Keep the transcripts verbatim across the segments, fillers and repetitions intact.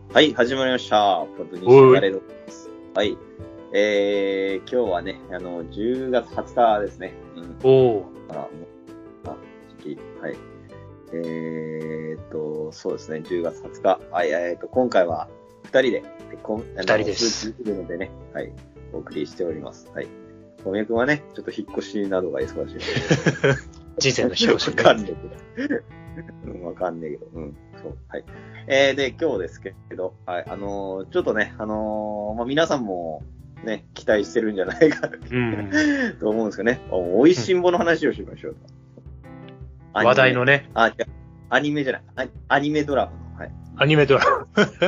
はい、始まりました。ポッドニュースガレードです。はい。えー、今日はね、あの、じゅうがつはつかですね。 うん、おー。 あら、もう、あ、時期、はい。えーっと、そうですね、じゅうがつはつか。はい、えーっと、今回はふたりで、 ふたりです。 いるのでね、はい、お送りしております。はい。小宮君はね、ちょっと引っ越しなどが忙しいので。 人生の引っ越し、ね。 わかんねえけど。うん、わかんねえけど。うん、そう。はい。えー、で、今日ですけど、はい、あのー、ちょっとね、あのー、まあ、皆さんも、ね、期待してるんじゃないかうん、と思うんですけどね。おいしんぼの話をしましょう。 うん、話題のね。 あ、いや、アニメじゃない。アニメドラマの。はい。 アニメドラマ。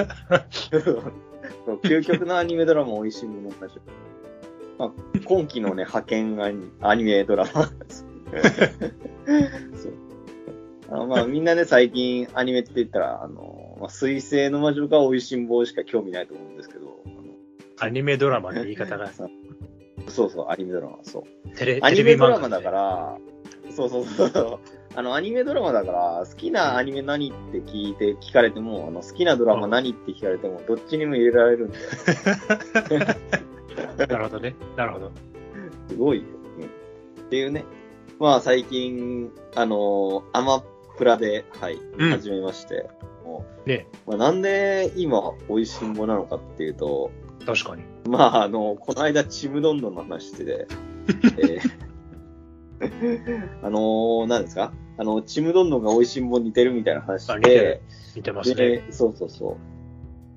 究極のアニメドラマ、おいしんぼの話。まあ、今期のね、派遣アニアニメドラマ。そうあまあ、みんなね、最近アニメって言ったら、あの、まあ、水星の魔女かおいしんぼしか興味ないと思うんですけど。 アニメドラマって言い方が。 そうそう、アニメドラマ、そう。 テレアニメドラマだから、そうそうそう。あの、アニメドラマだから、好きなアニメ何って聞いて、聞かれても、あの、好きなドラマ何って聞かれても、どっちにも入れられるんで。 なるほどね。なるほど。 すごいよ。うん。っていうね。まあ、最近、あの、アマプラで、はい、うん、始めまして。もうね。まあ、なんで今、美味しんぼなのかっていうと、 確かに。 まあ、あの、この間、ちむどんどんの話してて、えー、あのー、何ですかあの、ちむどんどんが美味しんぼに似てるみたいな話で、 似てる。似てますね。 で、そうそうそう。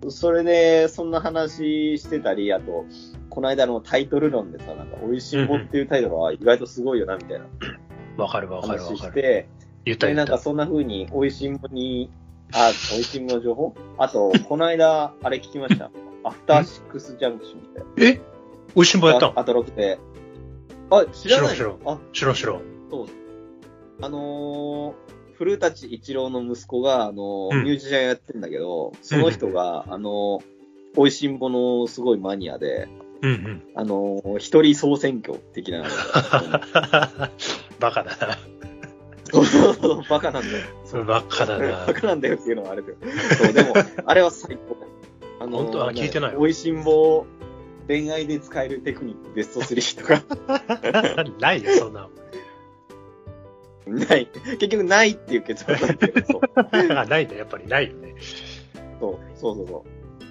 それで、そんな話してたり、あと、この間のタイトル論でさ、なんか、美味しんぼっていうタイトルは意外とすごいよな、みたいな。 わかるわかるわかる。 話して、 言った言った。 で、なんかそんな風に、美味しんぼに、あ、美味しんぼの情報あと、この間、あれ聞きました。アフターシックスジャンクションって。 え美味しんぼやったのあとろくで。あ、知らない知らん知らん。 あ、 知らん知らん。 そう。あのー、古舘一郎の息子が、あのーうん、ミュージシャンやってるんだけど、その人が、うん、あのー、美味しんぼのすごいマニアで、 うんうん、 あのー、一人総選挙的な。 バカだな。 そうそうそう、バカなんだよ。 そうバカだな。 バカなんだよっていうのはあれだよ。そう、でも、あれは最高だよ。 あのー、本当は聞いてないよ。 美味しんぼ、恋愛で使えるテクニックベストスリーとか。 ないよ、そんな。 ない。結局ないっていう結論なんだけど、そう。 あ、ないんだ、やっぱりないよね。 そう、そうそうそう。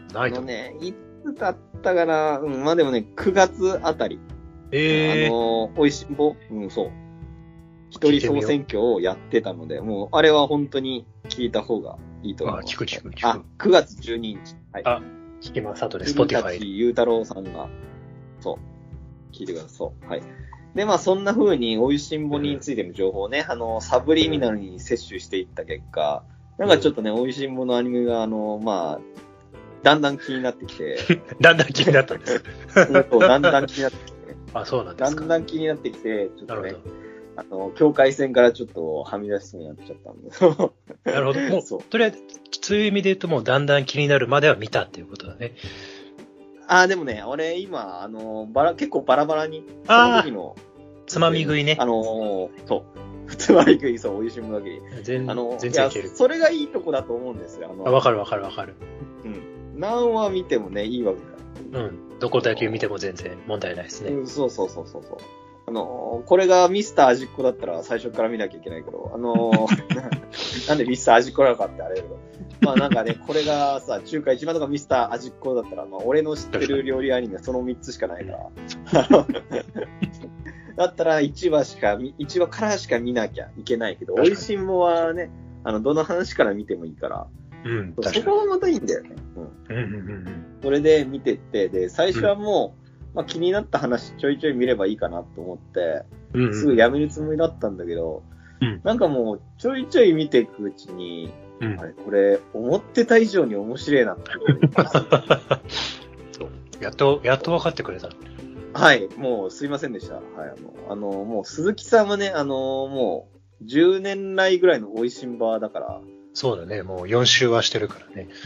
ないと。 あのね、いつだったかな、うん、まあでもね、くがつあたり。 えー、 あのー、美味しんぼ、うん、そう。一人総選挙をやってたので、もう、あれは本当に聞いた方がいいと思います。 あ、聞く聞く聞く。 あ、くがつじゅうににち。はい。 あ、聞きます。後で、スポティファイで。 ゆうたろうさんが、そう、聞いてください。そう。はい。で、まあ、そんな風に、美味しんぼについての情報をね、あの、サブリミナルに摂取していった結果、なんかちょっとね、美味しんぼのアニメが、あの、まあ、だんだん気になってきて。 だんだん気になったんですそう、だんだん気になってきて。 あ、そうなんですか。 だんだん気になってきて、ちょっとね、あの、境界線からちょっとはみ出しそうになっちゃったんで。 なるほど。もう、そうとりあえず、そういう意味で言うと、もうだんだん気になるまでは見たっていうことだね。 ああ、でもね、俺今、あの、バラ、結構バラバラに、その時の、 つまみ食いね。 あの、そう。つまみ食い、そう、美味しいものだけに。 全あの全然いける。 それがいいとこだと思うんですよ。あの、 わかるわかるわかる。 うん。何話見てもね、いいわけだ。うん。どこだけ見ても全然問題ないですね。 うん、そうそうそうそうそう。あのー、これがミスター味っ子だったら最初から見なきゃいけないけど、あのー、なんでミスター味っ子なのかってあれだけど、まあなんかね、これがさ、中華一番とかミスター味っ子だったら、まあ俺の知ってる料理アニメそのみっつしかないから、だったらいちわしか、いちわからしか見なきゃいけないけど、美味しんぼはね、あの、どの話から見てもいいから、 うん、 そこはまたいいんだよね。 うん。うんうんうんうん。 それで見てって、で、最初はもう、うんまあ、気になった話ちょいちょい見ればいいかなと思って、うんうん、すぐやめるつもりだったんだけど、うん、なんかもうちょいちょい見ていくうちに、うん、あれこれ思ってた以上に面白いなってやっとやっと分かってくれた。 はい、もうすいませんでした。はい、あのあのもう鈴木さんはね、あのもうじゅうねん来ぐらいの美味しんばだから。 そうだね、もうよん週はしてるからね。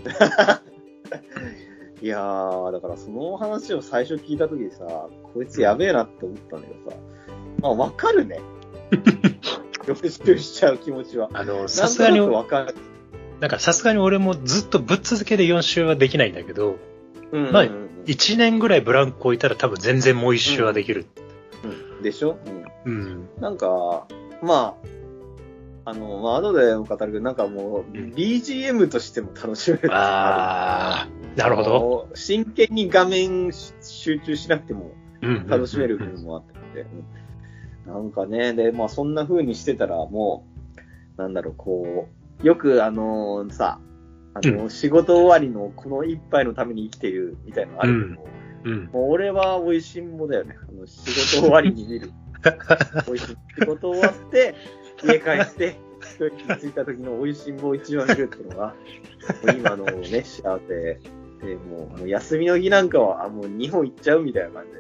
いやー、だからその話を最初聞いたときにさ、こいつやべえなって思ったんだけどさ、まあわかるね。予習しちゃう気持ちは。 あの、さすがに、 わかる。 なんかさすがに俺もずっとぶっ続けでよん周はできないんだけど、 うんうんうん、 まあいちねんぐらいブランク置いたら多分全然もういち周はできる。 うんうん、でしょ、うん、うん。なんか、まあ、あの、まあ、後でも語るけど、なんかもう、ビージーエム としても楽しめる。 ああ、なるほど。 真剣に画面集中しなくても楽しめる部分もあって、うん、なんかね、で、まあそんな風にしてたらもう、なんだろう、こう、よくあのー、さ、あの、うん、仕事終わりのこの一杯のために生きているみたいなのあるけど、うんうん、もう俺は美味しんぼだよね。あの、仕事終わりに見る。美味しい。仕事終わって、家帰って、一息ついた時の美味しんぼを一番見るっていうのが、今のね、幸せで、もう、もう休みの日なんかは、あ、もう日本行っちゃうみたいな感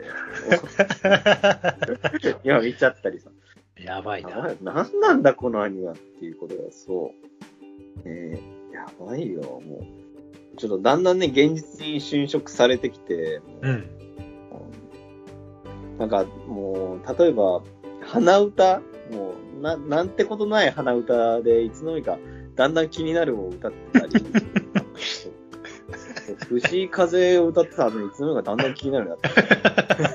じで、今見ちゃったりさ。 やばいな。 な、なんなんだこのアニメはっていうことが、そう。えー、やばいよ、もう。ちょっとだんだんね、現実に侵食されてきて、 うん。 なんかもう、例えば、鼻歌もうな、なんてことない鼻歌で、いつの間にか、だんだん気になるを歌ってたり、藤井風を歌ってたのに、いつの間にかだんだん気になるようにな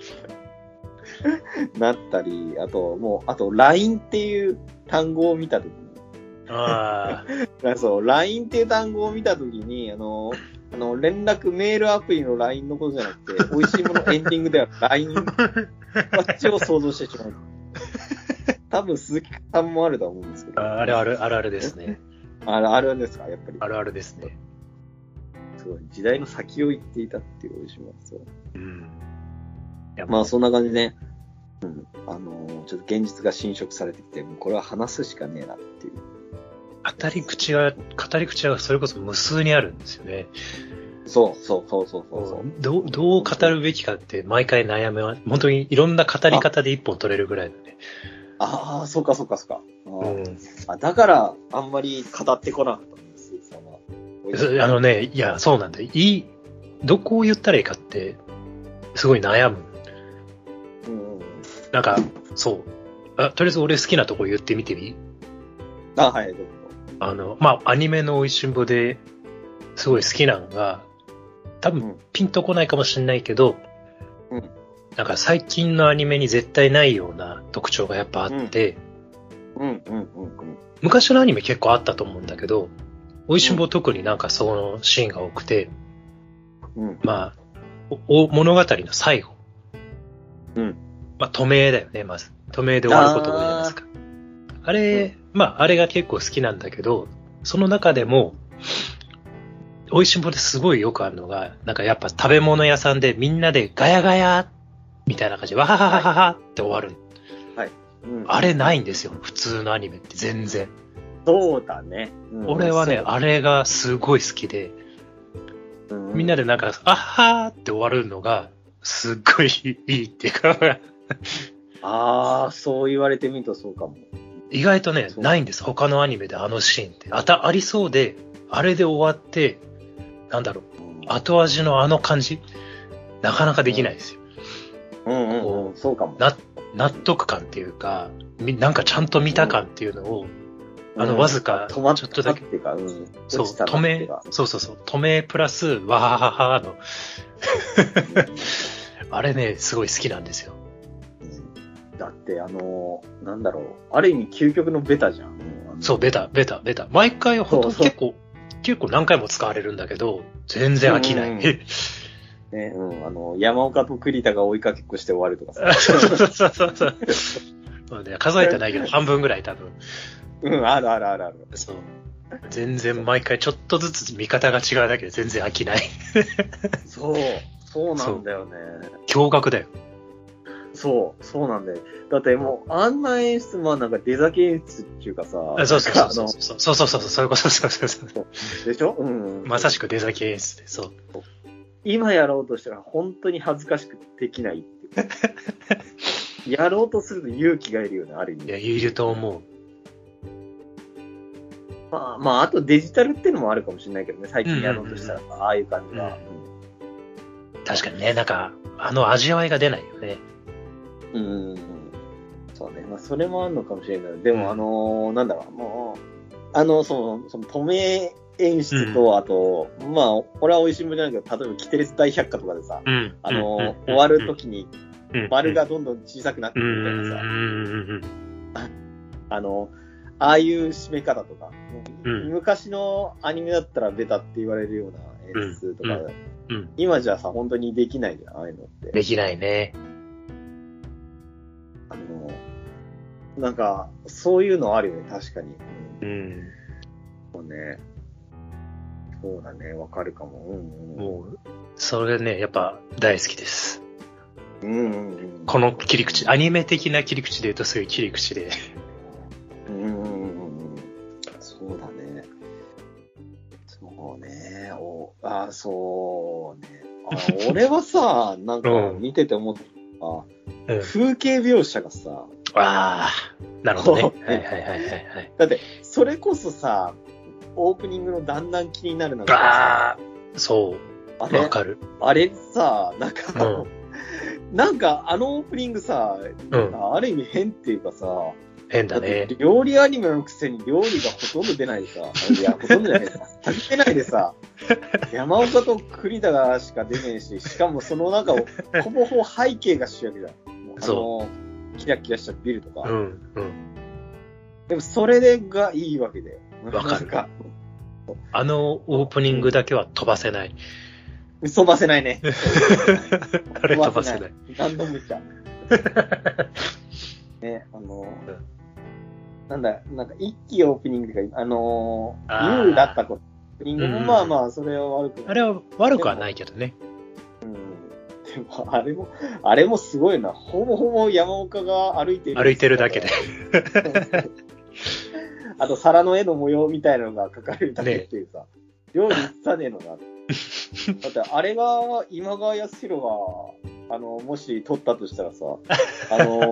ってなったり、あと、もう、あと、ライン っていう単語を見たときに、 ああ。そう、ライン っていう単語を見たときに、あの、あの、連絡メールアプリの ライン のことじゃなくて、美味しいものエンディングでは ライン こっちを想像してしまう。多分鈴木さんもあると思うんですけど。 あ、あるある、あるあるですね。 あるあるですか、やっぱり。 あるあるですね。 すごい、時代の先を行っていたっていう美味しいもの。そう。 うん。 まあ、そんな感じでね。うん。あのー、ちょっと現実が侵食されてきて、もうこれは話すしかねえなっていう。 語り口が、語り口がそれこそ無数にあるんですよね。 そうそうそうそうそうそう。 どう、どう語るべきかって毎回悩めは、本当にいろんな語り方で一本取れるぐらいだね。 ああ、そうかそうかそうか。あ,、 うん、 あだから、あんまり語ってこなかったんですよ。 あのね、いや、そうなんだ。いい、どこを言ったらいいかって、すごい悩む。 うん、 なんか、そう。あ、とりあえず俺好きなとこ言ってみてみいい？ あ、はい、どうぞ。 あの、まあ、アニメの美味しんぼですごい好きなのが、多分ピンとこないかもしれないけど、 うん、 なんか最近のアニメに絶対ないような特徴がやっぱあって、 うんうんうんうん、 昔のアニメ結構あったと思うんだけど、美味しんぼ特になんかそのシーンが多くて、 うん、 まあお、物語の最後、 うん、 まあ、止めだよね、まず。止めで終わることが多いじゃないですか。あ, あれ、うん、まあ、あれが結構好きなんだけど、その中でも、美味しんぼですごいよくあるのが、なんかやっぱ食べ物屋さんでみんなでガヤガヤみたいな感じで、わはははははって終わる。 はい。うん、 あれないんですよ、普通のアニメって全然。 そうだね。 うん、俺はね、あれがすごい好きで、うん、みんなでなんか、あはーって終わるのが、すっごいいいっていうかああ、そう言われてみるとそうかも。 意外とね、ないんです。他のアニメであのシーンって。あた、ありそうで、あれで終わって、なんだろう、うん、後味のあの感じ、なかなかできないですよ。 うんうんうん、うん、そうかも。 な、納得感っていうか、なんかちゃんと見た感っていうのを、うん、あの、わずか、ちょっとだけ、 うん、 そう、止め、そうそうそう、止めプラス、わはははの、あれね、すごい好きなんですよ。 だって、あのー、なんだろう、ある意味究極のベタじゃん。 そう、ベタ、ベタ、ベタ。毎回、ほんと結構、結構何回も使われるんだけど、全然飽きない。うんうんね、 うん、あの、山岡と栗田が追いかけっこして終わるとかさ。 そうそうそうそう。そうね、数えてないけど、半分ぐらい多分。 うん、あるあるあるある。 そう。全然毎回ちょっとずつ見方が違うだけで全然飽きない。 そう、そうなんだよね。 驚愕だよ。 そう、そうなんだよ。だってもう、あんな演出、まあなんか出先演出っていうかさ。 そうそうそうそう。そうそうそう、そういうこと、そうそうそう。 でしょうん、 まさしく出先演出で、そう。 今やろうとしたら本当に恥ずかしくできないっていう。やろうとすると勇気がいるよね、ある意味。 いや、いると思う。 まあ、まあ、あとデジタルっていうのもあるかもしれないけどね、最近やろうとしたら、うんうんうん、ああいう感じが、 うん。確かにね、なんか、あの味わいが出ないよね。 うん。そうね。まあ、それもあるのかもしれない。でも、あのー、なんだろう、もう、 あの、その、その、止め演出と、うん、あと、まあ、これは美味しいもんじゃないけど、例えば、キテレツ大百科とかでさ、うん、あの、うん、終わるときに、丸がどんどん小さくなっていくみたいなさ、うん、あの、ああいう締め方とか、うん、昔のアニメだったらベタって言われるような演出とか、うんうん、今じゃさ、本当にできないじゃん、ああいうのって。 できないね。 あの、なんか、そういうのあるよね、確かに。 うん。 そうね。そうだね、わかるかも。うんうん、 もう、それね、やっぱ大好きです。 うんうんうん、 この切り口、アニメ的な切り口で言うとそういう切り口で。 うんうんうん、そうだね。そうね。おあ、そうね。あ俺はさ、なんか見てて思った、うん、風景描写がさ、 ああ、なるほどね。はいはいはいはい。 だって、それこそさ、オープニングのだんだん気になるのがさ、 ああ、そう。あれわかる。 あれさ、なんか、うん、なんかあのオープニングさ、うん、ある意味変っていうかさ、 変だね。 だ料理アニメのくせに料理がほとんど出ないでさ、いや、ほとんどじゃないさ、全く出ないでさ、山岡と栗田がしか出ねえし、しかもその中を、ほぼほぼ背景が主役じゃん。 そう。 キラキラしたビルとか。 うん、うん。 でもそれでがいいわけで。 わかるか。あのオープニングだけは飛ばせない。 飛ばせないね。 あれ飛ばせない。 何度も言った。ね、あの、うん、なんだ、なんか一期オープニングが、あのー、U だった子。オープニングもまあまあ、それは悪くない。 あれは悪くはないけどね。 うん。でも、あれも、あれもすごいな。ほぼほぼ山岡が歩いてる。 歩いてるだけで。 あと、皿の絵の模様みたいなのが描かれるだけっていうさ。ね、料理さねえのな。だって、あれが、今川康弘が、あの、もし撮ったとしたらさ、あの、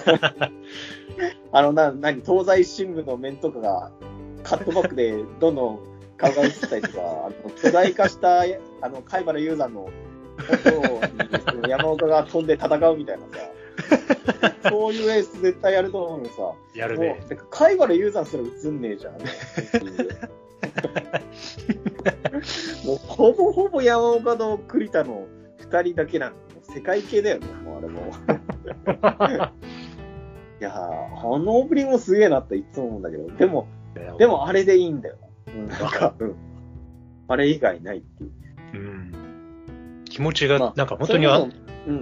あの、な、なに、東西新聞の面とかが、カットバックでどんどん顔が映ったりとか、あの巨大化した、あの、貝原雄山の音に、山岡が飛んで戦うみたいなさ、そういう演出絶対やると思うのさ。 やるね。 もう貝原雄山すら映んねえじゃん。もうほぼほぼ山岡と栗田の二人だけなの。世界系だよね、もうあれも。いやー、あのオープニングもすげえなっていつも思うんだけど、でも、でもあれでいいんだよ。うん、なんか、うん。あれ以外ないっていう。 うん。気持ちが、まあ、なんか本当にあ、うん。うん。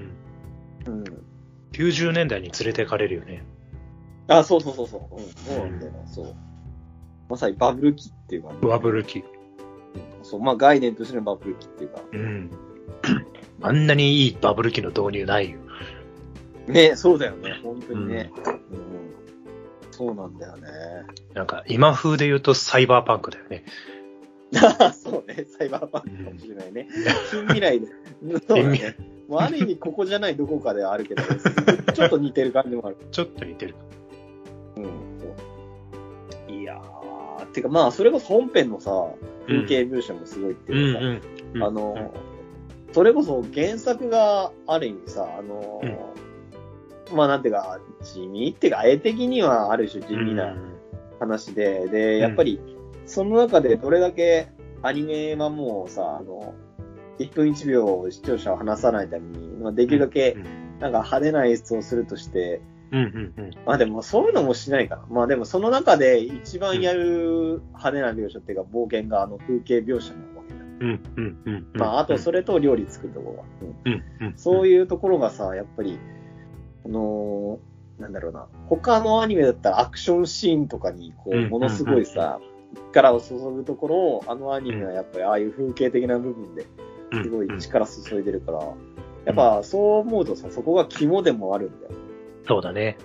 うん。きゅうじゅうねんだいに連れてかれるよね。 あ、そうそうそうそう。うん。そうなんだよな、そう。まさにバブル期っていうか、ね。 バブル期。 そう、まあ概念としてのバブル期っていうか。 うん。あんなにいいバブル期の導入ないよ。 ね、そうだよね、本当にね。うん。うん、そうなんだよね。 なんか、今風で言うとサイバーパンクだよね。 そうね、サイバーパンクかもしれないね。近未来で。そうだね。もうある意味ここじゃないどこかではあるけど、ちょっと似てる感じもある。 ちょっと似てる。 うん。そういやー、てかまあ、それこそ本編のさ、風景描写もすごいっていうかさ、うんうんうん、あの、うん、それこそ原作がある意味さ、あの、うん、まあなんていうか、地味っていうか、絵的にはある種地味な話で、うん、で、やっぱり、その中でどれだけアニメはもうさ、あの、いっぷんいちびょう視聴者を離さないために、まあ、できるだけ、なんか派手な演出をするとして、 うんうんうん、 まあでもそういうのもしないかな。まあでもその中で一番やる派手な描写っていうか、冒険があの風景描写なわけだ。 うんうんうん、 まああとそれと料理作るところが、 うんうんうん。そういうところがさ、やっぱり、あのー、なんだろうな。他のアニメだったらアクションシーンとかに、こう、ものすごいさ、力を注ぐところを、あのアニメはやっぱりああいう風景的な部分ですごい力注いでるから、やっぱそう思うとさ、そこが肝でもあるんだよ。 そうだね。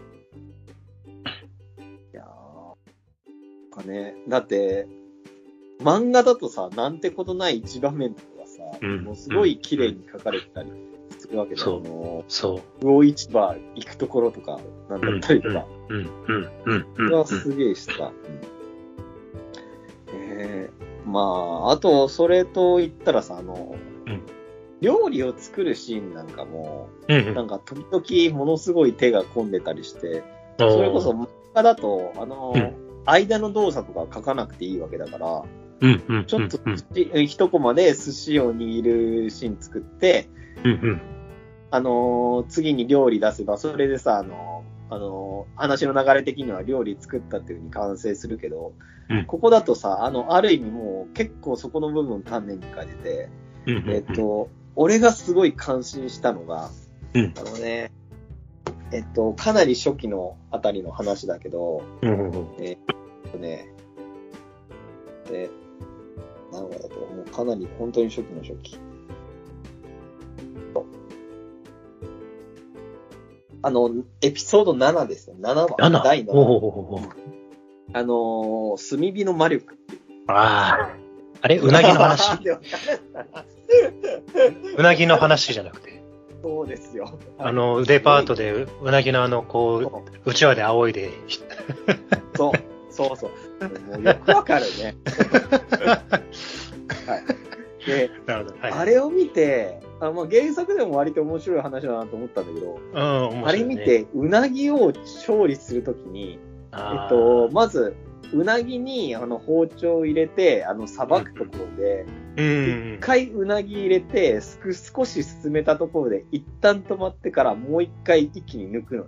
いやー、かね、だって、漫画だとさ、なんてことない一場面とかさ、うん、もうすごい綺麗に描かれてたりするわけだよ、 うん、そう。そう。 魚市場行くところとか、なんだったりとか。 うん、うん、うん、うん。 それはすげえしさ。えー、まあ、あと、それと言ったらさ、あの、うん、料理を作るシーンなんかも、うんうん、なんか時々ものすごい手が込んでたりして、それこそ漫画だと、あの、うん、 間の動作とか書かなくていいわけだから、 うんうん、 ちょっと一コマで寿司を握るシーン作って、 うんうん、 あのー、次に料理出せば、それでさ、あのー、あのー、話の流れ的には料理作ったっていう風に完成するけど、うん、ここだとさ、あの、ある意味もう結構そこの部分丹念に書いてて、うんうんうん、えっと、俺がすごい感心したのが、うん、あのね、えっと、かなり初期のあたりの話だけど、うんうんうん、えっとね、で、何話だと、もうかなり本当に初期の初期。あの、エピソードななですよ。ななわ。 なな? だいなな。あのー、炭火の魔力。 ああ。あれうなぎの話うなぎの話じゃなくて。 そうですよ。 あの、デパートでうなぎのあの、こう、うちわで仰いで。 そう、そうそう。もうよくわかるね。はい。で、なるほど、はい、あれを見て、あまあ、原作でも割と面白い話だなと思ったんだけど、うん、面白いね、あれ見て、うなぎを調理するときに、えっと、まず、うなぎにあの包丁を入れて、あの、さばくところで、一、うん、回うなぎ入れて、すく少し進めたところで、一旦止まってからもう一回一気に抜くのよ。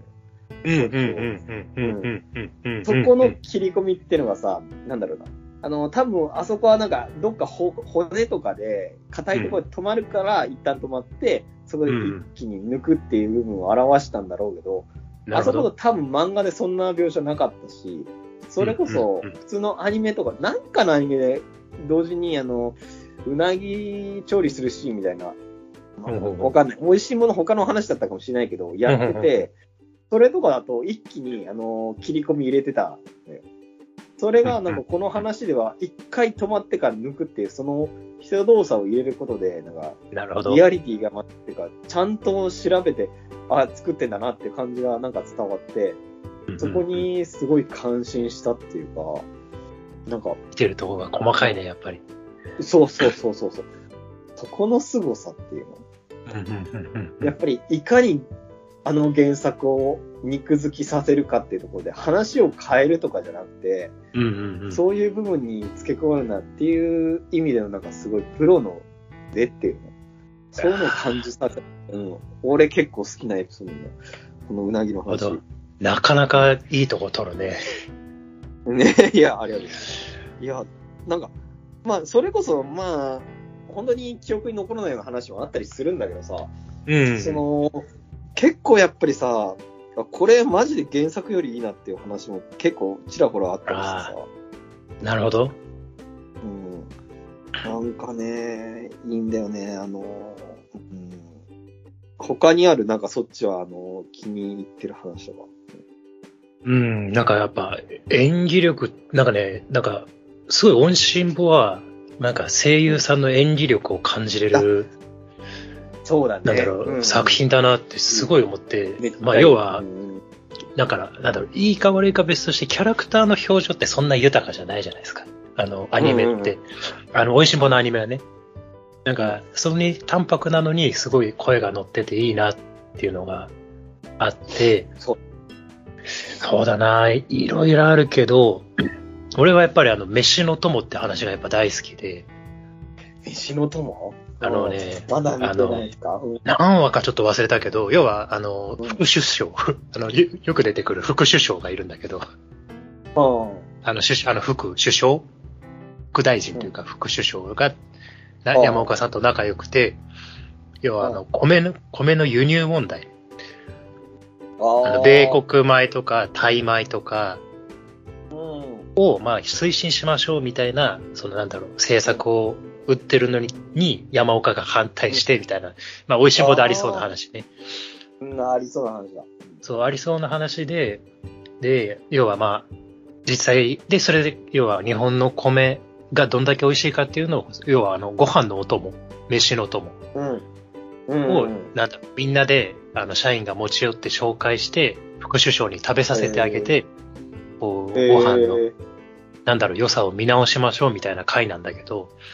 そこの切り込みっていうのがさ、なんだろうな。あの、多分、あそこはなんか、どっか骨とかで、硬いところで止まるから、一旦止まって、そこで一気に抜くっていう部分を表したんだろうけど、うん、あそこ多分漫画でそんな描写なかったし、それこそ、普通のアニメとか、なんかのアニメで、同時に、あの、うなぎ調理するシーンみたいな、まあ、わかんない。美味しいもの他の話だったかもしれないけど、やってて、それとかだと一気に、あの、切り込み入れてた。それが、なんかこの話では、一回止まってから抜くっていう、その一動作を入れることで、なんか、なるほど。リアリティが増すっていうか、ちゃんと調べて、あ、作ってんだなっていう感じがなんか伝わって、そこにすごい感心したっていうか、なんか。 見てるところが細かいね、やっぱり。 そうそうそうそうそう。そこの凄さっていうの。やっぱり、いかにあの原作を肉付きさせるかっていうところで、話を変えるとかじゃなくて、うんうんうん、そういう部分に付け加わるなっていう意味でのなんかすごいプロのでっていうの。そういうのを感じさせた。うん。俺結構好きなエピソードだ。このうなぎの話。 なかなかいいとこ取るね。 ね、いや、ありがとうございます。いや、なんか、まあ、それこそ、まあ、本当に記憶に残らないような話もあったりするんだけどさ、うん。その、結構やっぱりさ、これマジで原作よりいいなっていう話も結構ちらほらあったりしてさ。 なるほど。 うん。なんかね、いいんだよね、あの、うん、他にあるなんかそっちはあの、気に入ってる話とか。 うん、なんかやっぱ演技力、なんかね、なんかすごい音信簿は、なんか声優さんの演技力を感じれる、 そうだね。 なんだろう、 うん、 作品だなってすごい思って、うん、まあ要は、うん、だから、なんだろう、いいか悪いか別としてキャラクターの表情ってそんな豊かじゃないじゃないですか。あの、アニメって。うんうん、あの、美味しんぼのアニメはね。なんか、それに淡白なのにすごい声が乗ってていいなっていうのがあって、そう。そうだな、いろいろあるけど、俺はやっぱりあの、飯の友って話がやっぱ大好きで。 飯の友？ あのね、 まだ見てないですか？ 何話かちょっと忘れたけど、要は、あの、副首相、あの、よく出てくる副首相がいるんだけど、あの、首あの副首相副大臣というか副首相が、山岡さんと仲良くて、要はあの、米の、米の輸入問題。あの米国米とかタイ米とかを、まあ、推進しましょうみたいな、そのなんだろう、政策を売ってるのに、に山岡が反対してみたいな、まあ、美味しい棒でありそうな話ね。 うん、ありそうな話だ。 そう、ありそうな話で、で、要はまあ、実際、で、それで、要は日本の米がどんだけ美味しいかっていうのを、要はあの、ご飯のお供、飯のお供を、なんだ、みんなで、あの、社員が持ち寄って紹介して、副首相に食べさせてあげて、こう、ご飯の、なんだろう、良さを見直しましょうみたいな回なんだけど、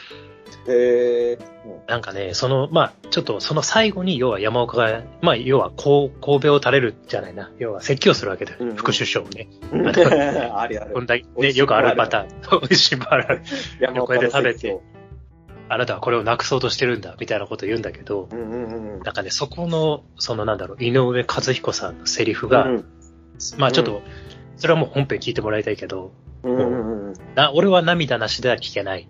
へえ。 なんかね、その、まあ、ちょっとその最後に、要は山岡が、まあ、要は、こう、神戸を垂れるじゃないな。要は、説教するわけだよ。 うんうん、 副首相をね。 ありある。 こんだけ、ね、よくあるパターン。美味しいバラ。 山横で食べて、あなたはこれをなくそうとしてるんだ、みたいなことを言うんだけど、 うんうんうん、 なんかね、そこの、そのなんだろう、井上和彦さんのセリフが、うん、まあちょっと、それはもう本編聞いてもらいたいけど、 うんうんうん、 な俺は涙なしでは聞けない。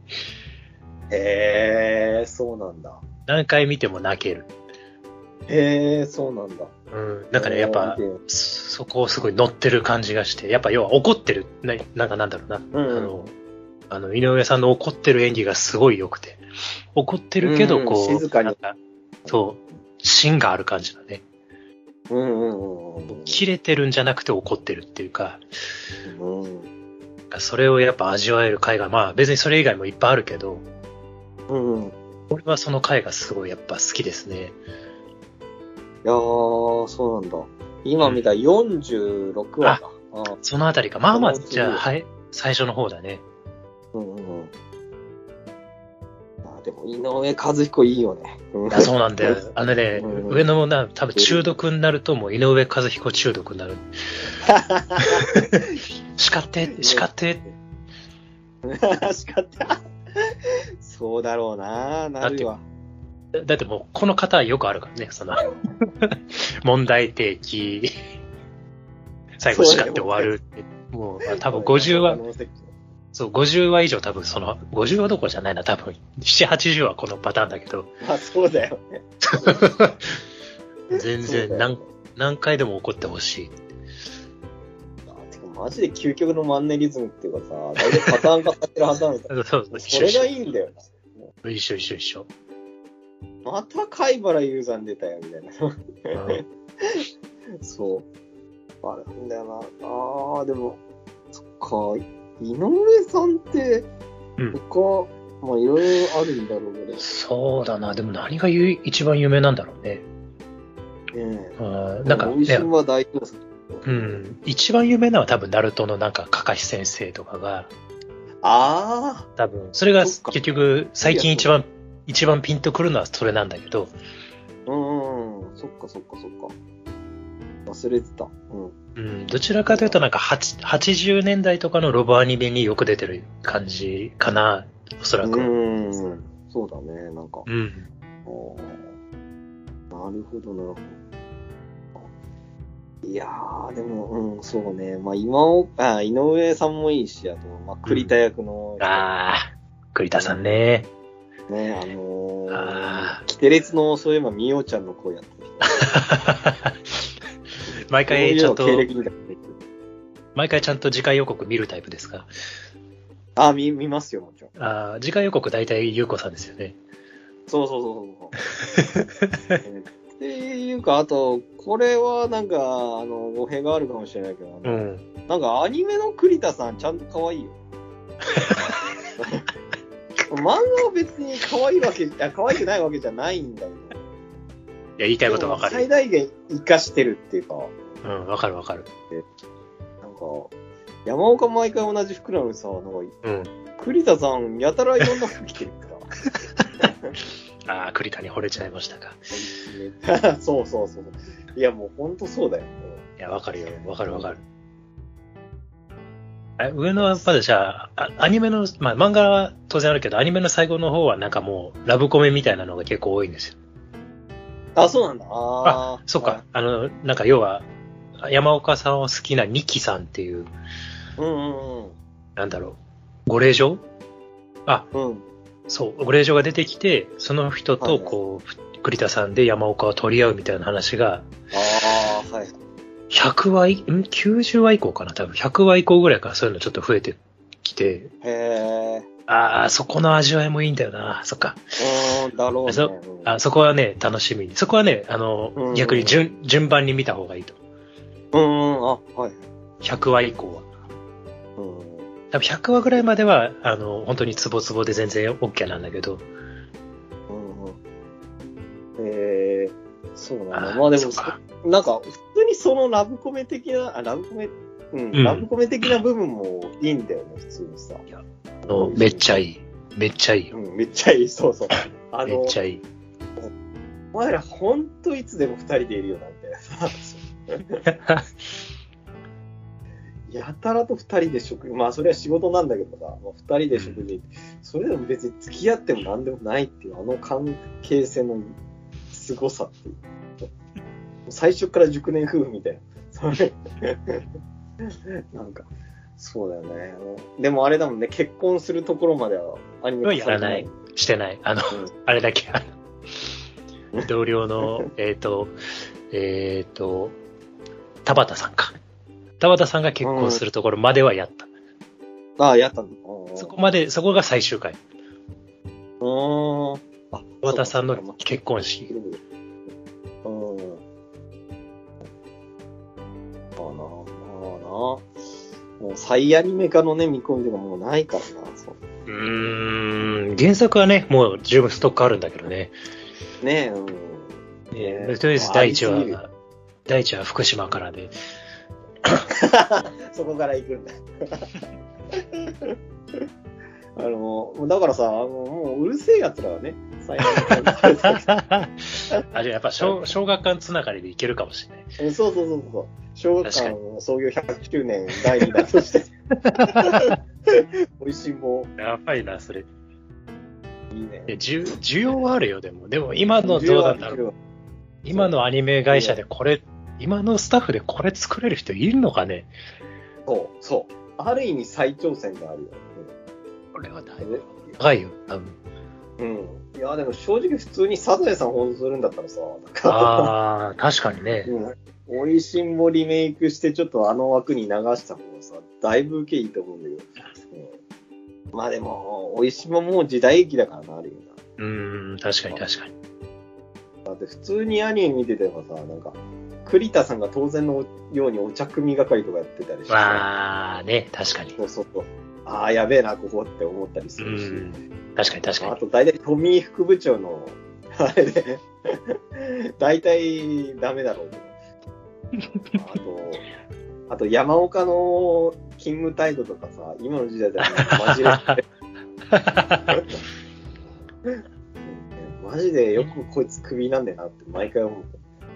へえー、そうなんだ。 何回見ても泣ける。 へえー、そうなんだ。 うん。なんかね、やっぱ、そこをすごい乗ってる感じがして、やっぱ要は怒ってる、ななんかなんだろうな。うんうん、あの、あの、井上さんの怒ってる演技がすごい良くて、怒ってるけど、こう、 うん、静かに。なんかそう、芯がある感じだね。 うんうんうん。 切れてるんじゃなくて怒ってるっていうか、 うん、 それをやっぱ味わえる回が、まあ別にそれ以外もいっぱいあるけど、 うんうん、 俺はその回がすごいやっぱ好きですね。 いやー、そうなんだ。今見たよんじゅうろくわか。 ああそのあたりか。まあまあ、じゃあ、はい、最初の方だね。 うんうんうん。あでも、井上和彦いいよね。 いや、そうなんだよ。あのね、うんうん、上のな、多分中毒になるともう井上和彦中毒になる。叱って、叱って。 叱って。そうだろうな、なるわ。 だって、だってもう、この方はよくあるからね、その、問題提起、最後叱って終わるって。もう、まあ、多分ごじゅうわ、そう、ごじゅうわ以上多分その、ごじゅうわどころじゃないな、多分、ななじゅう、はちじゅうはこのパターンだけど。 まあ、そうだよね。 全然何、ね、何回でも起こってほしい。 マジで究極のマンネリズムっていうかさ、大体パターン化されてるはずなんだよ。 そうそう、 それがいいんだよ。 一緒一緒一緒。 また貝原雄山出たよ、みたいな。うん、そう。あれなんだよな。あー、でも、そっか、井上さんって、他、うん、まあいろいろあるんだろうけど。 そうだな、でも何が一番有名なんだろうね。 ええー。なんか、ね、 美味しんは大表作。 うん。一番有名なのは多分、ナルトのなんか、カカシ先生とかが。 ああ。 多分、それが結局、最近一番、一番ピンとくるのはそれなんだけど。 うん、そっかそっかそっか。忘れてた。 うん。うん。どちらかというとなんか、はちじゅうねんだいとかのロボアニメによく出てる感じかな、おそらく。 うん。そうだね、なんか。 うん。 なるほど、なるほど。いやー、でも、うん、そうね。まあ、今を、あ、井上さんもいいし、あと、まあ、栗田役の、 うん。ああ、栗田さんね。 ね、あのー、あキテレツの、そういえば、みおちゃんの声やってる人。毎回ちゃんと、毎回ちゃんと次回予告見るタイプですか？ あ、見、見ますよ、もちろん。 ああ、次回予告大体ゆうこさんですよね。 そうそうそうそう。っていうか、あと、これはなんか、あの、語弊があるかもしれないけど、 うん、 なんかアニメの栗田さんちゃんと可愛いよ。漫画は別に可愛いわけ、いや、可愛くないわけじゃないんだけど。いや、言いたいことわかる。 最大限活かしてるっていうか。 うん、わかるわかる。 なんか、山岡毎回同じ服なのにさ、なんか、 うん、 栗田さんやたらいろんな服着てるから。 ああ、栗田に惚れちゃいましたか。 そうそうそう。いや、もうほんとそうだよ。 いや、わかるよ。わかるわかる。え、上のはまだじゃあ、アニメの、まあ漫画は当然あるけど、アニメの最後の方はなんかもう、ラブコメみたいなのが結構多いんですよ。 あ、そうなんだ。 ああ、そっか。あの、なんか要は、山岡さんを好きなニキさんっていう、 うんうんうん。 なんだろう、ご令嬢あ、 うん。 そう、ご令嬢が出てきて、その人とこう、はいはい、栗田さんで山岡を取り合うみたいな話が、 ああ、はい。 ひゃくわ、ん ?きゅうじゅう 話以降かな多分ひゃくわ以降ぐらいからそういうのちょっと増えてきて。 へー。 ああ、そこの味わいもいいんだよな。そっか。 うん、だろうね。 そ, あそこはね、楽しみに。そこはね、あの、うん、逆に順順番に見た方がいいと。 うん、あ、はい。 ひゃくわ以降は。 うん。 多分ひゃくわぐらいまでは、あの、本当にツボツボで全然 OK なんだけど。 うんうん。えー、そうなんだ。まあでも、なんか、普通にそのラブコメ的な、あ、ラブコメ、うん、うん、ラブコメ的な部分もいいんだよね、普通にさ。 いや、あのめっちゃいい。 めっちゃいいよ。 うん、めっちゃいい。そうそう。あの、 めっちゃいい。 お前らほんといつでも二人でいるよな、みたいな。やたらと二人で食事、まあそれは仕事なんだけどさ、まあ、二人で食事、それでも別に付き合ってもなんでもないっていう、あの関係性の凄さっていう。最初から熟年夫婦みたいな。それなんか、そうだよね。でもあれだもんね、結婚するところまではアニメやらない。してない。あの、うん、あれだけ、同僚の、えっと、えっと、田畑さんか。田畑さんが結婚するところまではやった。 うん、ああ、やったの。 そこまで、そこが最終回。 うーん。 あ、田畑さんの結婚式。 うん。ああな、ああな。もう再アニメ化のね、見込みとかもうないからな。そう。 うーん、原作はね、もう十分ストックあるんだけどね。 ねえ、うん。 えー、とりあえず第一話、第一話福島からで。 そこから行くんだ。あの、だからさ、あのもううるせえ奴らはね、最後あれやっぱ小小学館つながりでいけるかもしれない。 そうそうそうそう。小学館創業ひゃくしゅうねんだいに弾として。美味しいもん。 やばいな、それ。 いいね。 需需要はあるよ、でも。でも今のどうなんだろう。今のアニメ会社でこれ、今のスタッフでこれ作れる人いるのかね。 そう、そう。ある意味再挑戦があるよ。 これはだいぶ高いよ、多分。 うん。いや、でも正直普通にサザエさん放送するんだったらさ、なんかああ、確かにね。 うん。おいしんぼリメイクしてちょっとあの枠に流した方がさ、だいぶ受けいいと思うんだけど。うん、まあでも、おいしんぼもう時代劇だからな、ある意味な。 うーん、確かに確かに。 だって普通にアニメ見ててもさ、なんか、栗田さんが当然のようにお茶組係とかやってたりして。 ああ、ね、確かに。 そうそうそう。ああ、やべえな、ここって思ったりするし。うん、 確かに確かに。 あと、大体、富井副部長の、あれで、大体、ダメだろうけど。あと、あと、山岡の勤務態度とかさ、今の時代だとマジで。マジでよくこいつクビなんだよなって毎回思う。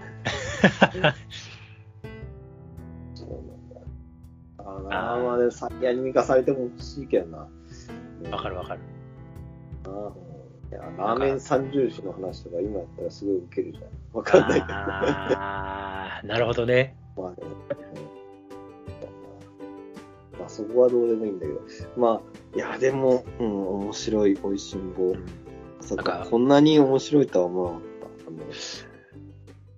そうなんだよ。ああ、まあでも先アニメ化されても欲しいけどな。 わかるわかる。 あいやラーメン三重視の話とか今やったらすごいウケるじゃん。わかんないけど。 ああ、なるほどね。 まあでも、うん、まあそこはどうでもいいんだけど。まあ、いやでも、うん、面白い、美味しんぼ。うんなんかこんなに面白いとは思わなかった。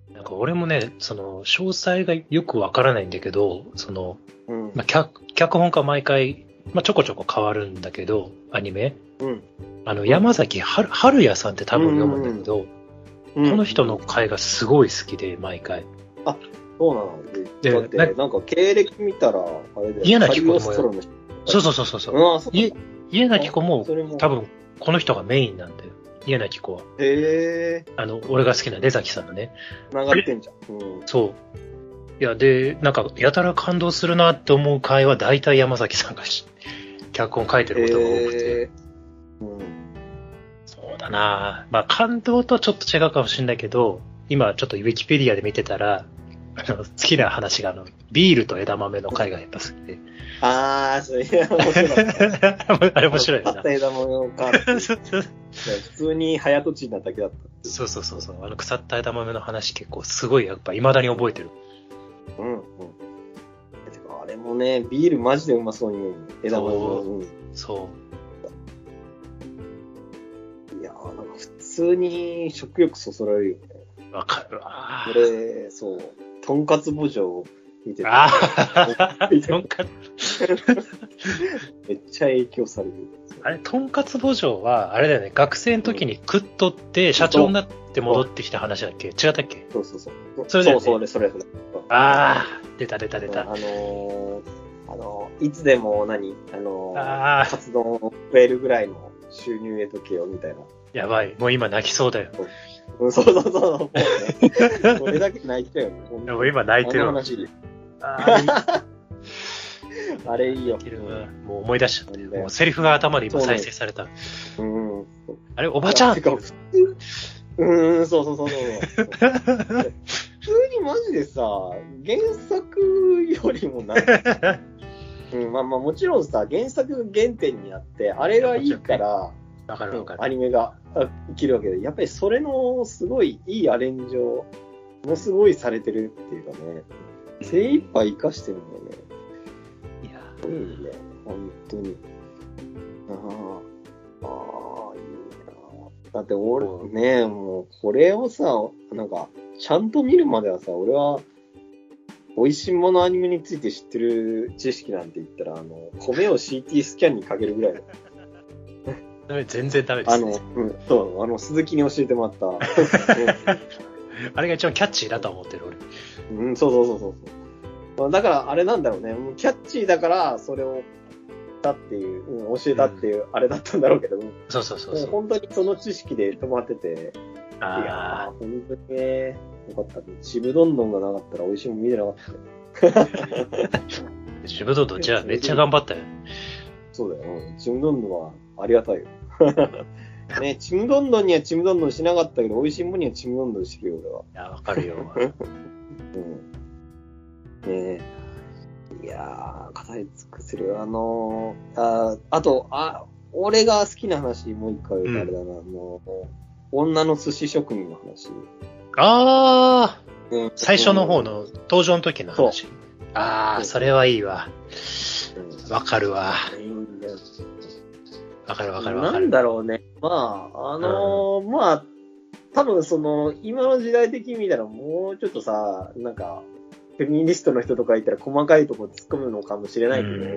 なんか俺もね、その詳細がよくわからないんだけど、その、うんまあ、脚, 脚本家毎回、まあ、ちょこちょこ変わるんだけど、アニメ。うん、あの山崎春也さんって多分読むんだけど、うんうん、この人の回がすごい好きで毎回。 あ、そうなの。で、だってなんか経歴見たらあれで。 家なき子も。そうそうそうそうそう。うん、家家なき子も多分この人がメインなんだよ。家なき子は。 へえ。 あの、俺が好きな出崎さんのね。 繋がってんじゃん。うん、 そう。いや、で、なんか、やたら感動するなって思う回は、大体山崎さんが脚本書いてることが多くて。うん、そうだなまあ、感動とちょっと違うかもしれないけど、今ちょっとウィキペディアで見てたら、あの好きな話が、あの、ビールと枝豆の回がやっぱ好きで。 あー、それ、面白い。 あれ面白いよな。 買った枝豆を買って。普通に早とちになっただけだった。 そうそうそうそう。あの腐った枝豆の話結構すごいやっぱ未だに覚えてる。 うんうん。てかあれもね、ビールマジでうまそうに枝豆も。 そう。そういやーなんか普通に食欲そそられるよね。 わかるわ。 これ、そう。とんかつ墓場見てた。 ああとんかつ。 めっちゃ影響される。 あれ、とんかつ墓場は、あれだよね、学生の時に食っとって、社長になって戻ってきた話だっけ？違ったっけ？ そうそうそう。 それだよね。 そう、それ、それ、それ。 ああ、出た出た出た。 あのー、あのー、いつでも何あのー、あカツ丼を食えるぐらいの収入得とけよ、みたいな。 やばい、もう今泣きそうだよ。 うん、そうそうそう。もうね、それだけ泣いてたよね。 でも今泣いてる。 あの話。 ああれいいよ。 もう思い出しちゃったよ。もうセリフが頭で今再生された。 うん。 あれ、おばちゃん。 てか普通うーん、そうそうそうそう。普通にマジでさ、原作よりもなんか、うん、まあまあもちろんさ、原作が原点にあって、あれがいいから、 わかるわかる。 アニメが生きるわけで、やっぱりそれのすごいいいアレンジを、もすごいされてるっていうかね、精一杯生かしてるんだよね。 いやいいね、本当に。ああ、ああ、いいな。だって俺、ね、もうこれをさ、なんか、ちゃんと見るまではさ、俺は、美味しいものアニメについて知ってる知識なんて言ったら、あの、米を シーティー スキャンにかけるぐらいだよ。 ダメ、全然ダメです、ね。 あの、うん、そう、あの、鈴木に教えてもらった。 あれが一番キャッチーだと思ってる、 俺。うん、そうそうそうそう。だから、あれなんだろうね。キャッチーだから、それを、だっていう、うん、教えたっていう、あれだったんだろうけど、うん、 そうそうそうそう。 本当にその知識で止まってて、 あいやー、本当にね、よかった。ちむどんどんがなかったら美味しいもん見てなかったよ。 ちむどんどんじゃあめっちゃ頑張ったよ。 そうだよ。ちむどんどんはありがたいよ。ね、ちむどんどんにはちむどんどんしなかったけど、美味しいもんにはちむどんどんしてるよ、俺は。 いや、わかるよ。 うん。ねえ。いやー、語り尽くせる。あのー、あ、あと、あ、俺が好きな話、もう一回言うとあれだな、うん、あの、女の寿司職人の話。 あー、 うん、 最初の方の登場の時の話。あー、それはいいわ。わかるわ。わかるわかるわかる。 なんだろうね。まあ、あのーうん、まあ、多分その、今の時代的に見たらもうちょっとさ、なんか、フェミニストの人とかいたら細かいところ突っ込むのかもしれないけど、うん、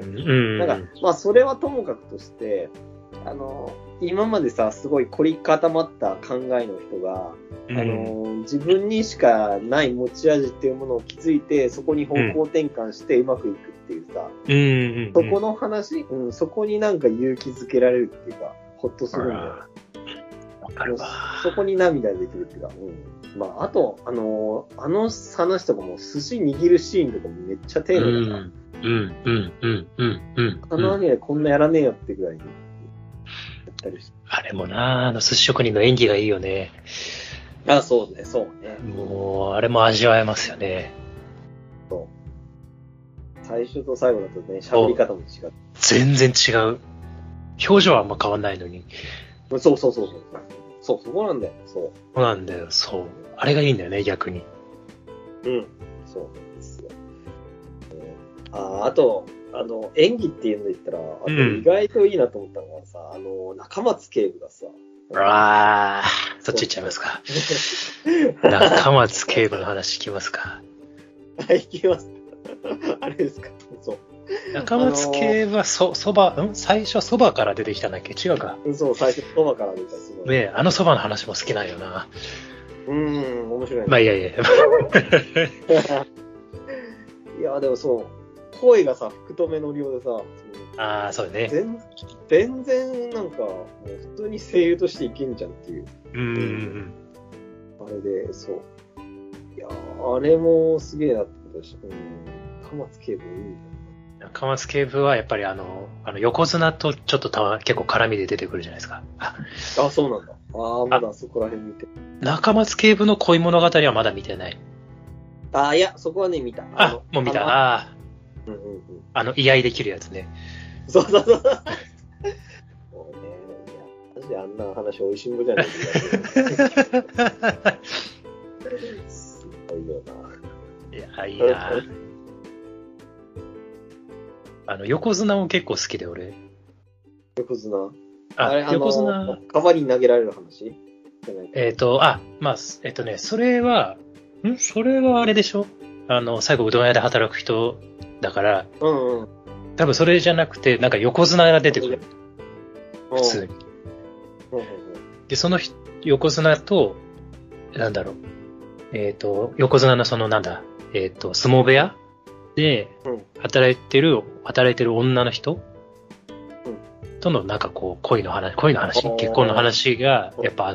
なんか、まあそれはともかくとして、あの、今までさ、すごい凝り固まった考えの人が、うん、あの、自分にしかない持ち味っていうものを気づいて、そこに方向転換してうまくいくっていうさ、 うん、 そこの話、うん、そこになんか勇気づけられるっていうか、ほっとするんだよ。 わかるわ。 そこに涙できるっていうか、うん。まあ、あと、あのー、あの話とかも寿司握るシーンとかもめっちゃ丁寧だから。 うん、うん、うん、うん、うん、うん。 あのアニメこんなやらねえよってぐらいにやったりして。 あれもな、あの寿司職人の演技がいいよね。 あ、そうね、そうね。 もう、あれも味わえますよね。 そう。最初と最後だとね、喋り方も違う。 全然違う。表情はあんま変わんないのに。 そうそうそうそう。そう、そこなんだよ。そう。 そうなんだよ、そう。あれがいいんだよね、逆に。 うん。そうですよ。えー、あ、あと、あの、演技っていうので言ったら、あと意外といいなと思ったのはさ、うん、あの、中松警部がさ、 ああ、そっち行っちゃいますか。中松警部の話聞きますか。 はい、聞きます。あれですか。そう。 中松警部はそ、そば、ん最初そばから出てきたんだっけ違うか。 そう、最初そばから出た。すごい。 ねえ、あのそばの話も好きなんよな。 うーん、面白い、ね。 まあいやいや。 いや、でもそう、声がさ、福留の量でさ、 ああ、そうね。 全全然なんか、もう普通に声優としていけんじゃんっていう。 うんうんうん。 あれで、そう。いや、あれもすげえなってことだし、うん。中松警部いいんだ。 中松警部はやっぱりあの、あの横綱とちょっとた結構絡みで出てくるじゃないですか。 あ、あそうなんだ。ああ、まだそこら辺見て。 中松警部の恋物語はまだ見てない。 ああ、いや、そこはね、見た。 あ、あもう見た。ああ。 うんうんうん。 あの、居合できるやつね。 そうそうそう。もうね、いや、マジであんな話美味しんぼじゃないけど。すごいよな。いや、いいな。あの、横綱も結構好きで、俺。 横綱あ、あれ横綱。 川に投げられる話えっ、ー、と、あ、まあ、えっ、ー、とね、それは、んそれはあれでしょあの、最後うどん屋で働く人だから、 うんうん。 多分それじゃなくて、なんか横綱が出てくる。普通に。で、その横綱と、なんだろう。えっ、ー、と、横綱のそのなんだ、えっ、ー、と、相撲部屋で、働いてる、働いてる女の人、うん、とのなんかこう、恋の話、恋の話、結婚の話がやっぱあって、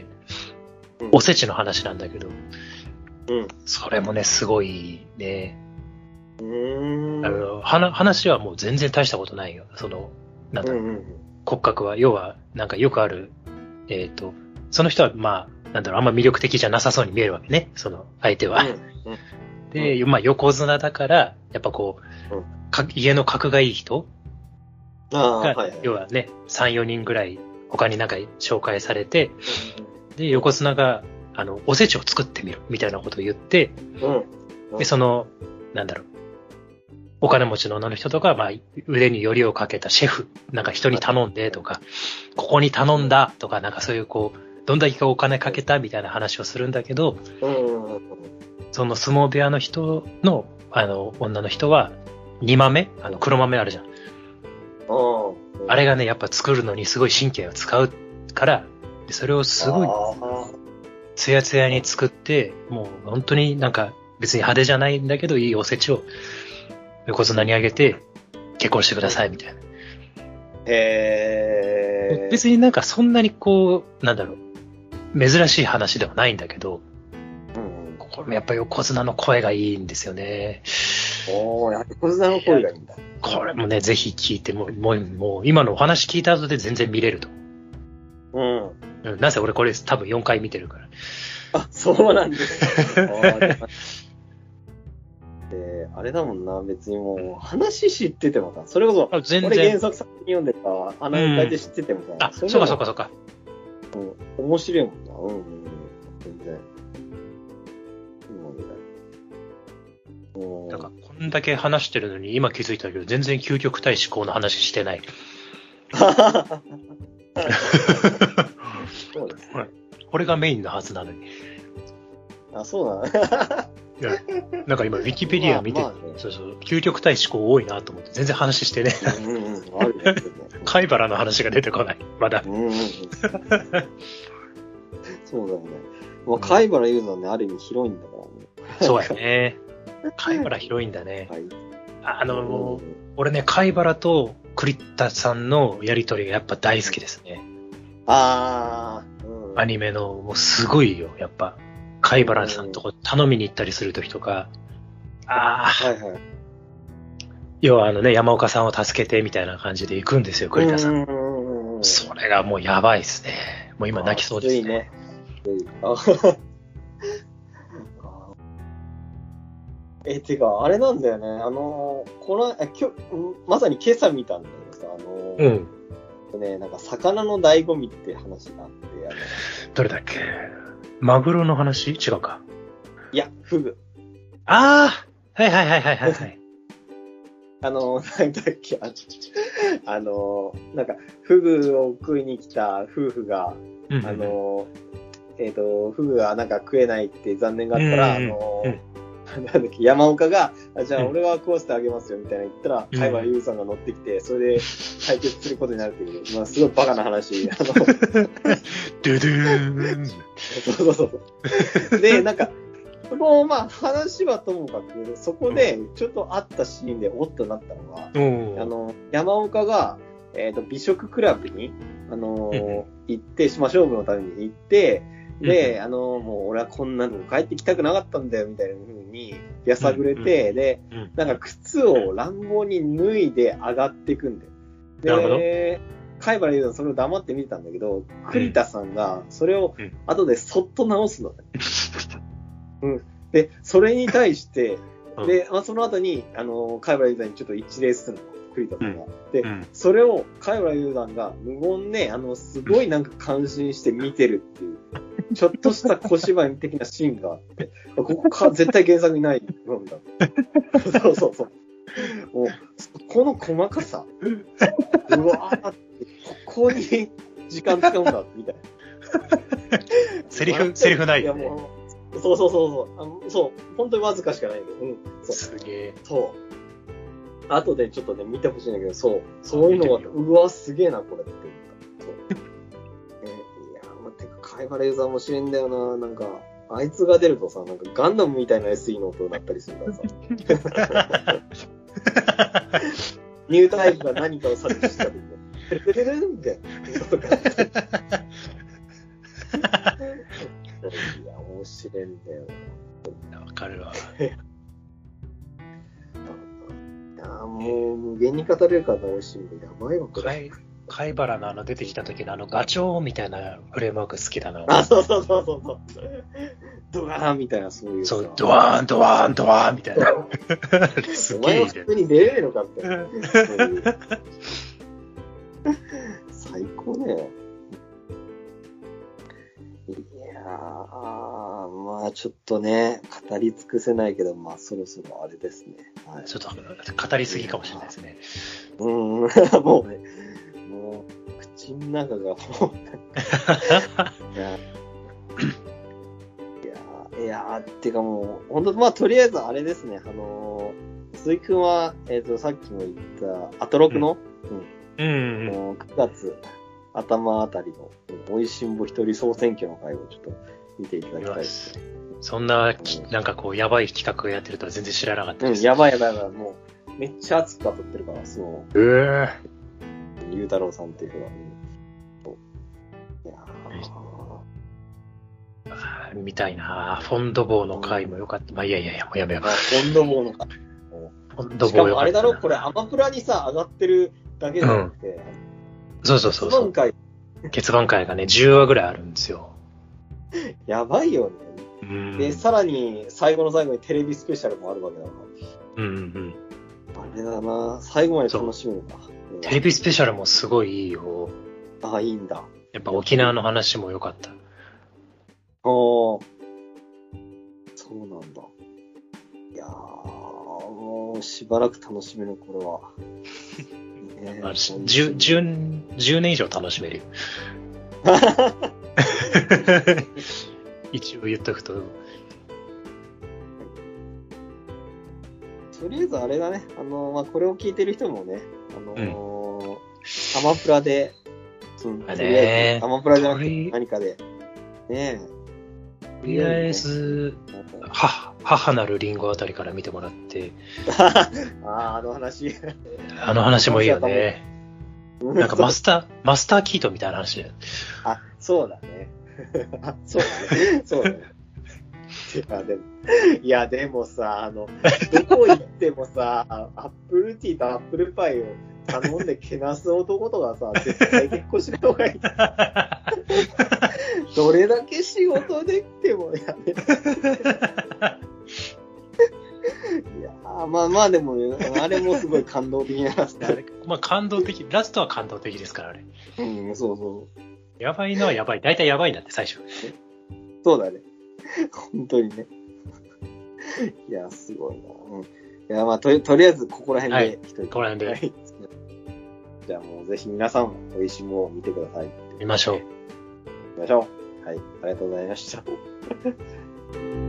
うん、おせちの話なんだけど、 うん、 それもね、すごいね。 うーん。 あの、は話はもう全然大したことないよ。その、なんだろう、 うんうん骨格は、要は、なんかよくある、えっ、と、その人は、まあ、なんだろう、あんま魅力的じゃなさそうに見えるわけね、その相手は。 うんうんで、まあ、横綱だから、やっぱこう、 うんか家の格がいい人ああ、 が、 はいはい。 要はね、さん、よにんぐらい、他になんか紹介されて、 うで、横綱が、あの、おせちを作ってみる、みたいなことを言って、 んうんうんで、その、なんだろう、お金持ちの女の人とか、まあ、腕によりをかけたシェフ、なんか人に頼んでとか、ここに頼んだとか、なんかそういうこう、どんだけお金かけたみたいな話をするんだけど、 うんうんうんその相撲部屋の人の、あの、女の人は、煮豆あの、黒豆あるじゃん。 うんあれがね、やっぱ作るのにすごい神経を使うから、でそれをすごい、 あツヤツヤに作って、もう本当になんか、別に派手じゃないんだけど、いいおせちを横綱にあげて、結婚してください、みたいな。 ーへー。 別になんかそんなにこう、なんだろう、珍しい話ではないんだけど、 うんこれもやっぱ横綱の声がいいんですよね。 おー、やっぱ横綱の声がいいんだ。 これもね、ぜひ聞いても、もう、もう今のお話聞いた後で全然見れると。 うん。 うん、なぜ俺これ多分よんかい見てるから。 あ、そうなんですか。あーでで、あれだもんな、別にもう、話知っててもさ、それこそ、 あ全然俺原作先に読んでた、穴の書いて知っててもさ、 あ、そうかそうか。 かそうか。 うん、面白いもんな、うんうんうん、全然。うんなんか、こんだけ話してるのに今気づいたけど、全然究極対思考の話してない。 そうですね。 これがメインのはずなのに。 あ、そうだな。 いやなんか今、ウィキペディア見て、 まあまあねそうそう、究極対思考多いなと思って、全然話してね。 うんうんうん、あるよね。 貝原の話が出てこない。まだ。 うんうんうん、そうだよね。まあ、貝原雄山ね、ある意味広いんだからね。 そうやね。貝原広いんだね。 はい。 あの、 うん俺ね、貝原と栗田さんのやりとりがやっぱ大好きですね。 ああ、うん、 アニメの、もうすごいよ、やっぱ。貝原さんとこ頼みに行ったりするときとか、ああ、 はいはい。 要はあのね、山岡さんを助けてみたいな感じで行くんですよ、栗田さん。 うんうんうん、 それがもうやばいですね。もう今泣きそうですね。 あえ、てか、あれなんだよね。あのー、この、あ今日、まさに今朝見たんだけどさ、あのー、 うん。 ね、なんか魚の醍醐味って話があって、あのどれだっけマグロの話違うか。 いや、フグ。 ああはいはいはいはいはい、はい。 あのー、なんだっけ、ああのー、なんか、フグを食いに来た夫婦が、 うんうん、 あのー、えっ、ー、と、フグがなんか食えないって残念があったら、うんうん、あのー、うんなんだっけ、山岡が、あじゃあ俺は食わせてあげますよみたいな言ったら、貝原優さんが乗ってきて、それで解決することになるっていう、まあすごいバカな話。あのドゥドゥーンそうそうそう。で、なんか、そのまあ話はともかく、そこでちょっとあったシーンでおっとなったのが、 うん、 あの、山岡が、えっ、ー、と、美食クラブに、あのーうん、行って、まあ勝負のために行って、で、うん、あの、もう俺はこんなの帰ってきたくなかったんだよ、みたいな風に、やさぐれて、うん、で、うん、なんか靴を乱暴に脱いで上がっていくんだよ。で、貝原雄山それを黙って見てたんだけど、栗田さんがそれを後でそっと直すのね。うん。で、それに対して、で、まあ、その後に、あの、貝原雄山にちょっと一礼するの。栗田さんが。で、うん、それを貝原雄山が無言で、あの、すごいなんか感心して見てるっていう。ちょっとした小芝居的なシーンがあって、ここか絶対原作にないもんだ。そうそうそう。もう、この細かさ、うわーって、ここに時間使うんだ、みたいな。 セリフ、セリフないよね。 いやもうそうそうそうそう。あのそう、本当にわずかしかないけど。うん。そうすげえ。 そう。後でちょっとね、見てほしいんだけど、そう。そういうのが、うわ、すげえな、これって思った。そう。貝原雄山面白いんだよな。なんか、あいつが出るとさ、なんかガンダムみたいな エスイー の音になったりするからさ。ニュータイプが何かを察知した時に、テレテレレンみたいな音が。いや、面白いんだよな。わかるわ。 もう無限に語れるから美味しいんで、やばいわ、これ。 貝貝原のあの出てきた時のあのガチョウみたいなフレームワーク好きだな。 あ、そうそうそうそうそう。ドワーンみたいな、そういうさ。 そう、ドワーン、ドワーン、ドワーンみたいな。すお前はげえいいね普通に出れねえのかって。そういう最高ね。いやー、まあちょっとね、語り尽くせないけど、まあそろそろあれですね。はい、 ちょっと語りすぎかもしれないですね。 うん、もうね、もう口の中がもういや、いや、いや、ってかもう、本当まあとりあえずあれですね、あのー、鈴木くんは、えっ、ー、と、さっきも言ったアトロクの、 うん、うんうんもうくがつ頭あたりの、おいしんぼ一人総選挙の会をちょっと見ていただきたいですね。 そんな、なんかこう、やばい企画やってるとは全然知らなかったです。 うん、やばいやばいやばい。もう、めっちゃ熱く語ってるから、その、 えー、 ゆうたろうさんっていう人が、いやあー見たいなフォンドボーの回もよかった。まあ、いやいやいや、もうやめよう。 フォンドボーの会。 フォンドしかもボーよかったな。 あれだろ、これアマプラにさ、上がってるだけじゃなくて、 そうそうそうそう今。回、 結番回がね、じゅうわぐらいあるんですよ。 やばいよね。 うん。 で、さらに、最後の最後にテレビスペシャルもあるわけだかうんうんうん。 ら。あれだな、最後まで楽しみだな。 テレビスペシャルもすごいいいよ。 ああ、いいんだ。 やっぱ沖縄の話も良かった。 おー、そうなんだ。いやー、もうしばらく楽しめる、これは。ねまあ、10, 10, 10年以上楽しめるよ。一応言っとくと。 とりあえずあれだね、あの、まあ、これを聞いてる人もね、あのーうん、アマプラで、うん、とりあえずアマプラじゃなくて何かで、ねえ。 とりあえず、は母なるリンゴあたりから見てもらって。 ああ、あの話。 あの話もいいよね。なんかマスター、マスターキートみたいな話だよ。 あ、そうだね。そうだね。そうだね。いや、でも、いや、でもさ、あの、どこ行ってもさ、アップルティーとアップルパイを頼んでけなす男とかさ、絶対結婚しない方がいい。どれだけ仕事できてもやめないやー、まあまあでも、あれもすごい感動的なラスト。 まあ感動的、ラストは感動的ですから、あれ。 うん、そうそう。 やばいのはやばい。大体やばいんだって、最初。 そうだね。本当にね。いや、すごいな。うん、いや、まあと、とりあえずここら辺で一人、はい、 ここら辺で。はい、 じゃあもうぜひ皆さん、おいしんぼを見てください。 見ましょう。 見ましょう。はい、ありがとうございました。